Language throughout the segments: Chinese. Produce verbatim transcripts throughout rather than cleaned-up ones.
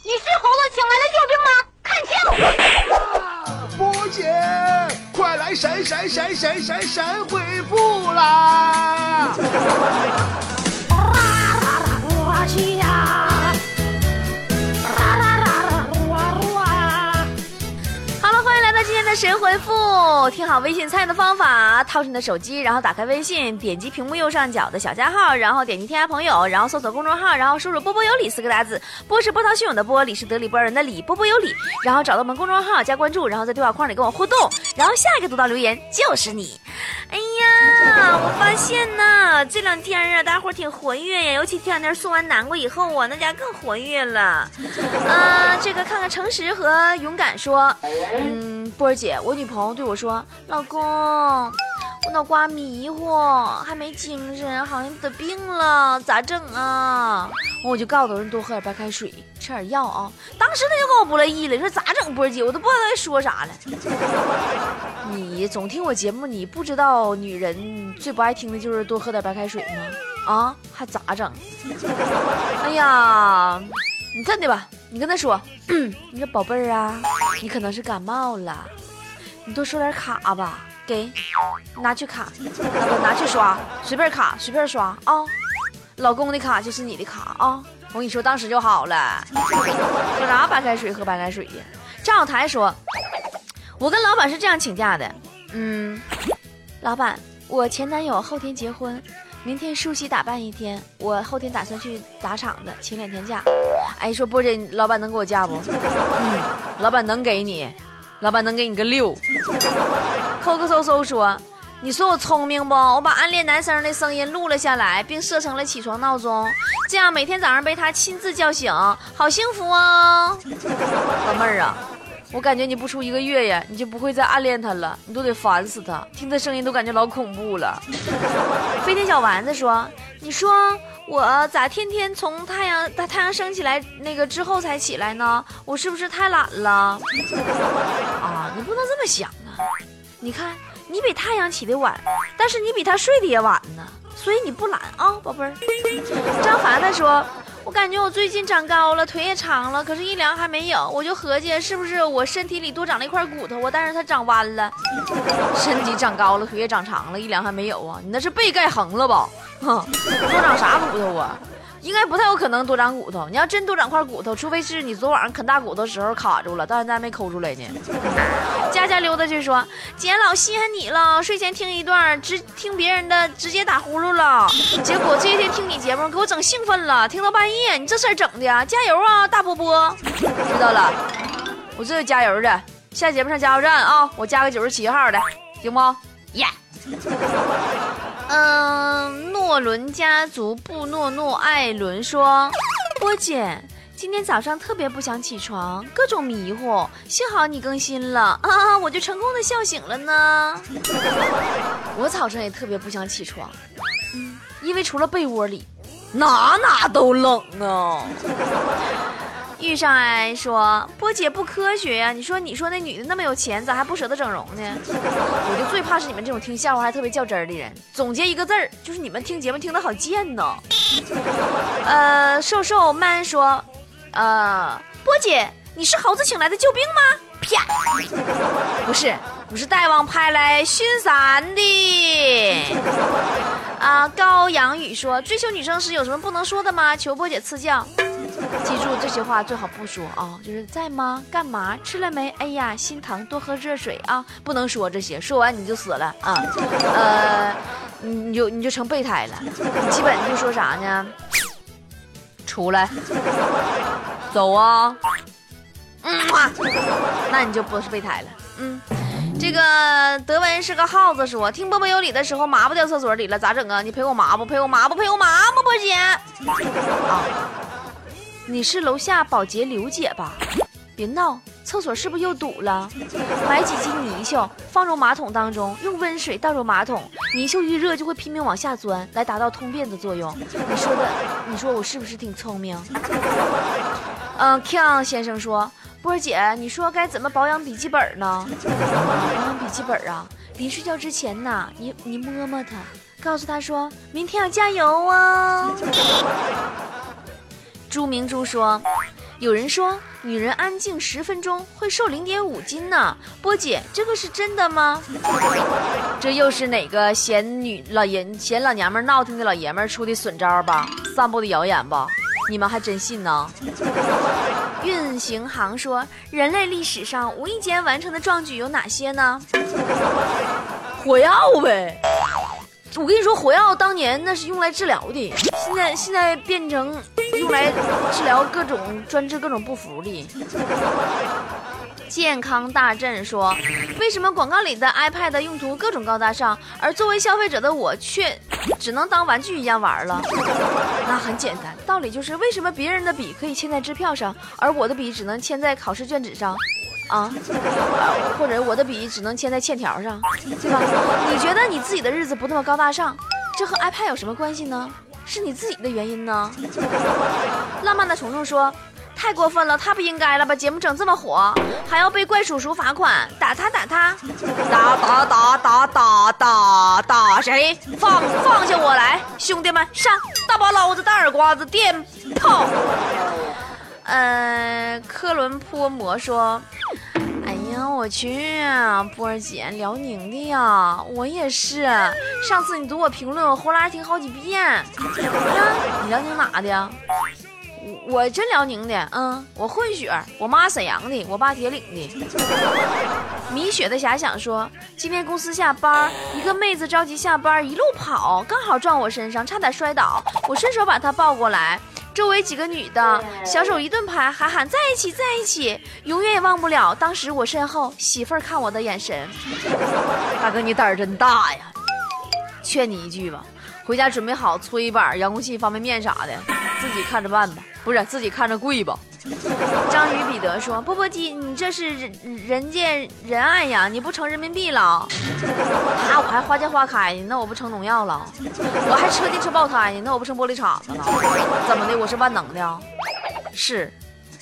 你是猴子请来的救兵吗？看清！ 波姐，快来神神神神神神回复啦！ 我去呀！ 今天的神回复，听好微信参与的方法，掏出你的手机，然后打开微信，点击屏幕右上角的小加号，然后点击添加朋友，然后搜索公众号，然后输入波波有理四个大字，波是波涛汹涌的波，理是得理不饶人的理，波波有理，然后找到我们公众号加关注，然后在对话框里跟我互动，然后下一个读到留言就是你。哎呀，我发现呢，这两天啊，大伙挺活跃呀，尤其这两天送完南瓜以后啊，那家更活跃了。呃，这个看看诚实和勇敢说，嗯，波儿姐，我女朋友对我说，老公，我脑瓜迷糊，还没精神，好像得病了，咋整啊？我就告诉人多喝点白开水，吃点药啊。当时他就跟我不乐意了，说咋整，波儿姐，我都不知道他在说啥了。你总听我节目，你不知道女人最不爱听的就是多喝点白开水吗？啊，还咋整？哎呀，你这的吧，你跟他说，嗯、你说宝贝儿啊，你可能是感冒了，你多收点卡吧，给，拿去卡，不拿去刷，随便卡随便刷啊、哦。老公的卡就是你的卡啊、哦！我跟你说，当时就好了。喝啥白开水？喝白开水呀！张小台说，我跟老板是这样请假的，嗯，老板，我前男友后天结婚，明天梳洗打扮一天，我后天打算去打场子，请两天假。哎，说波姐，老板能给我假不？嗯，老板能给你，老板能给你个六。扣个搜搜说，你说我聪明不？我把暗恋男生的声音录了下来，并设成了起床闹钟，这样每天早上被他亲自叫醒，好幸福哦。老妹儿啊，我感觉你不出一个月呀，你就不会再暗恋他了，你都得烦死他，听他声音都感觉老恐怖了。飞天小丸子说，你说我咋天天从太阳太阳升起来那个之后才起来呢？我是不是太懒了？啊，你不能这么想啊！你看你比太阳起得晚，但是你比他睡得也晚呢，所以你不懒啊，宝贝儿。张凡他说，我感觉我最近长高了，腿也长了，可是一量还没有，我就合计是不是我身体里多长了一块骨头，我但是它长弯了。身体长高了，腿也长长了，一量还没有啊？你那是背盖横了吧？哼，多长啥骨头啊？应该不太有可能多长骨头。你要真多长块骨头，除非是你昨晚上啃大骨头时候卡住了，到现在没抠出来呢。佳佳溜达去说，姐老稀罕你了，睡前听一段，直听别人的直接打呼噜了，结果这些天听你节目给我整兴奋了，听到半夜，你这事儿整的呀，加油啊大波波。知道了，我这就加油的，下节目上加油站啊，我加个九十七号的，行不？耶、yeah 嗯，诺伦家族布诺诺艾伦说，波姐今天早上特别不想起床，各种迷糊，幸好你更新了啊，我就成功的笑醒了呢。我早上也特别不想起床，嗯，因为除了被窝里哪哪都冷啊。遇上爱说，波姐不科学呀、啊！你说你说那女的那么有钱，咋还不舍得整容呢？我就最怕是你们这种听笑话还特别较真儿的人。总结一个字儿，就是你们听节目听得好贱呢。呃，瘦瘦慢说，呃，波姐，你是猴子请来的救兵吗？啪！不是，我是大王派来巡山的。啊，高阳宇说，追求女生时有什么不能说的吗？求波姐赐教。记住这些话最好不说啊，就是在吗？干嘛？吃了没？哎呀，心疼，多喝热水啊！不能说这些，说完你就死了啊！呃，你就你就成备胎了。你基本就说啥呢？出来，走啊！嗯，那你就不是备胎了。嗯，这个德文是个耗子说，听波波有理的时候麻不掉厕所里了，咋整啊？你陪我麻不？陪我麻不？陪我麻不？波姐啊！你是楼下保洁刘姐吧？别闹，厕所是不是又堵了？买几斤泥鳅放入马桶当中，用温水倒入马桶，泥鳅一热就会拼命往下钻，来达到通便的作用。你说的，你说我是不是挺聪明？嗯 ，King 先生说，波儿姐，你说该怎么保养笔记本呢？保养笔记本啊，临睡觉之前呢，你你摸摸它，告诉他说明天要加油哦。朱明珠说， 有人说女人安静十分钟会瘦零点五斤呢，波姐，这个是真的吗？这又是哪个嫌女老爷嫌老娘们闹腾的老爷们出的损招吧？散布的谣言吧？你们还真信呢？运行行说，人类历史上无意间完成的壮举有哪些呢？火药呗。我跟你说，火药当年那是用来治疗的，现在现在变成用来治疗各种专治各种不服的。健康大阵说，为什么广告里的 iPad 用途各种高大上，而作为消费者的我却只能当玩具一样玩了？那很简单，道理就是为什么别人的笔可以签在支票上，而我的笔只能签在考试卷纸上啊，或者我的笔只能签在欠条上，对吧？你觉得你自己的日子不那么高大上，这和 iPad 有什么关系呢？是你自己的原因呢？浪漫的虫虫说，太过分了，太不应该了，把节目整这么火，还要被怪叔叔罚款，打他打他，打打打打打打打谁？放放下我来，兄弟们上！大把老子的耳刮子电炮。呃，科伦坡魔说，哎呀，我去啊，波儿姐，辽宁的呀，我也是。上次你读我评论，我呼啦听好几遍。啊，你辽宁哪的呀？我我真辽宁的，嗯，我混血，我妈沈阳的，我爸铁岭的。米雪的遐想说，今天公司下班，一个妹子着急下班，一路跑，刚好撞我身上，差点摔倒，我顺手把她抱过来。周围几个女的小手一顿拍，还喊在一起在一起，永远也忘不了当时我身后媳妇儿看我的眼神。大哥，你胆儿真大呀！劝你一句吧，回家准备好搓衣板、遥控器、方便面啥的，自己看着办吧，不是自己看着跪吧。章鱼彼得说，波波鸡，你这是人人见人爱呀，你不成人民币了啊？我还花见花开呢，那我不成农药了？我还车进车爆胎呢，那我不成玻璃碴子了？怎么的，我是万能的？是。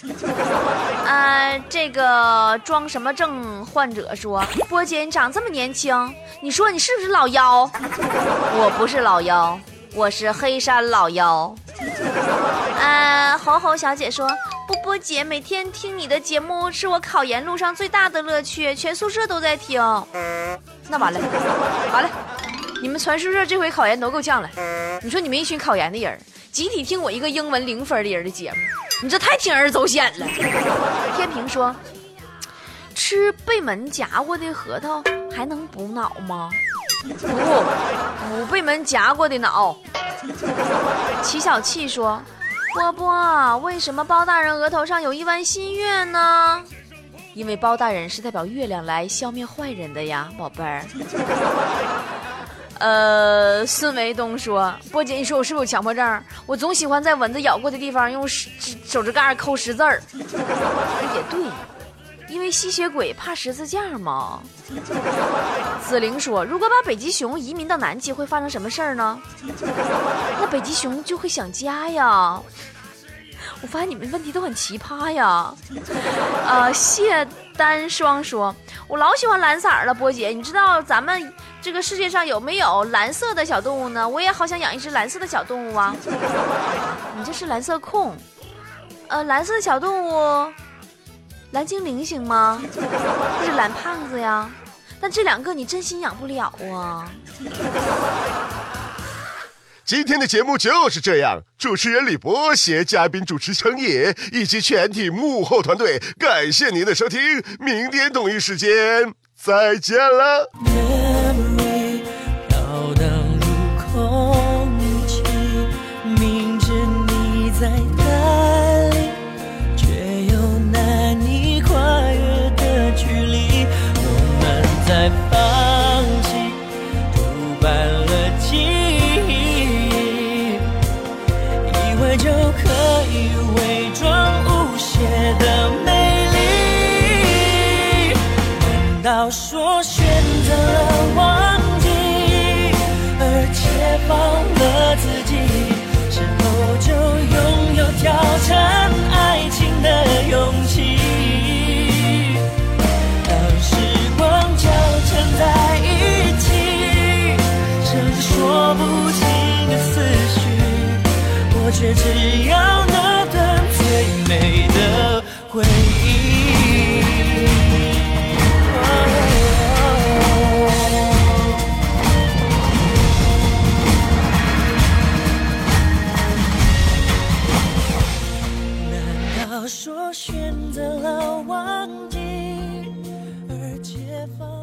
呃，这个装什么症患者说，波姐你长这么年轻，你说你是不是老妖？我不是老妖，我是黑山老妖。呃，猴猴小姐说，波波姐每天听你的节目是我考研路上最大的乐趣，全宿舍都在听。那完了完了，你们全宿舍这回考研都够呛了。你说你们一群考研的人集体听我一个英文零分的人的节目，你这太铤而走险了。天平说，吃被门夹过的核桃还能补脑吗？不，补被门夹过的脑。齐小气说，波波，为什么包大人额头上有一弯新月呢？因为包大人是代表月亮来消灭坏人的呀，宝贝儿。呃，孙维东说，波姐，你说我是不是有强迫症？我总喜欢在蚊子咬过的地方用手指盖抠十字儿。也对，因为吸血鬼怕十字架嘛。子玲说，如果把北极熊移民到南极会发生什么事儿呢？那北极熊就会想家呀。我发现你们问题都很奇葩呀。呃，谢丹双说，我老喜欢蓝色了，波姐，你知道咱们这个世界上有没有蓝色的小动物呢？我也好想养一只蓝色的小动物啊。你这是蓝色控。呃，蓝色的小动物，蓝精灵行吗？或者蓝胖子呀？但这两个你真心养不了啊。 今天的节目就是这样，主持人李博携嘉宾主持程野以及全体幕后团队，感谢您的收听，明天同一时间再见了。 飘荡入空气，明知你在哪里，却又难以跨越的距离，我们在放弃涂满了记忆，以为就可以伪装无邪的美丽，难道说选择了忘记，而解放了自己，是否就拥有挑战爱情的勇气？当时光交缠在一起，成说不清的思绪，我却只要那段最美的择了忘记，而解放。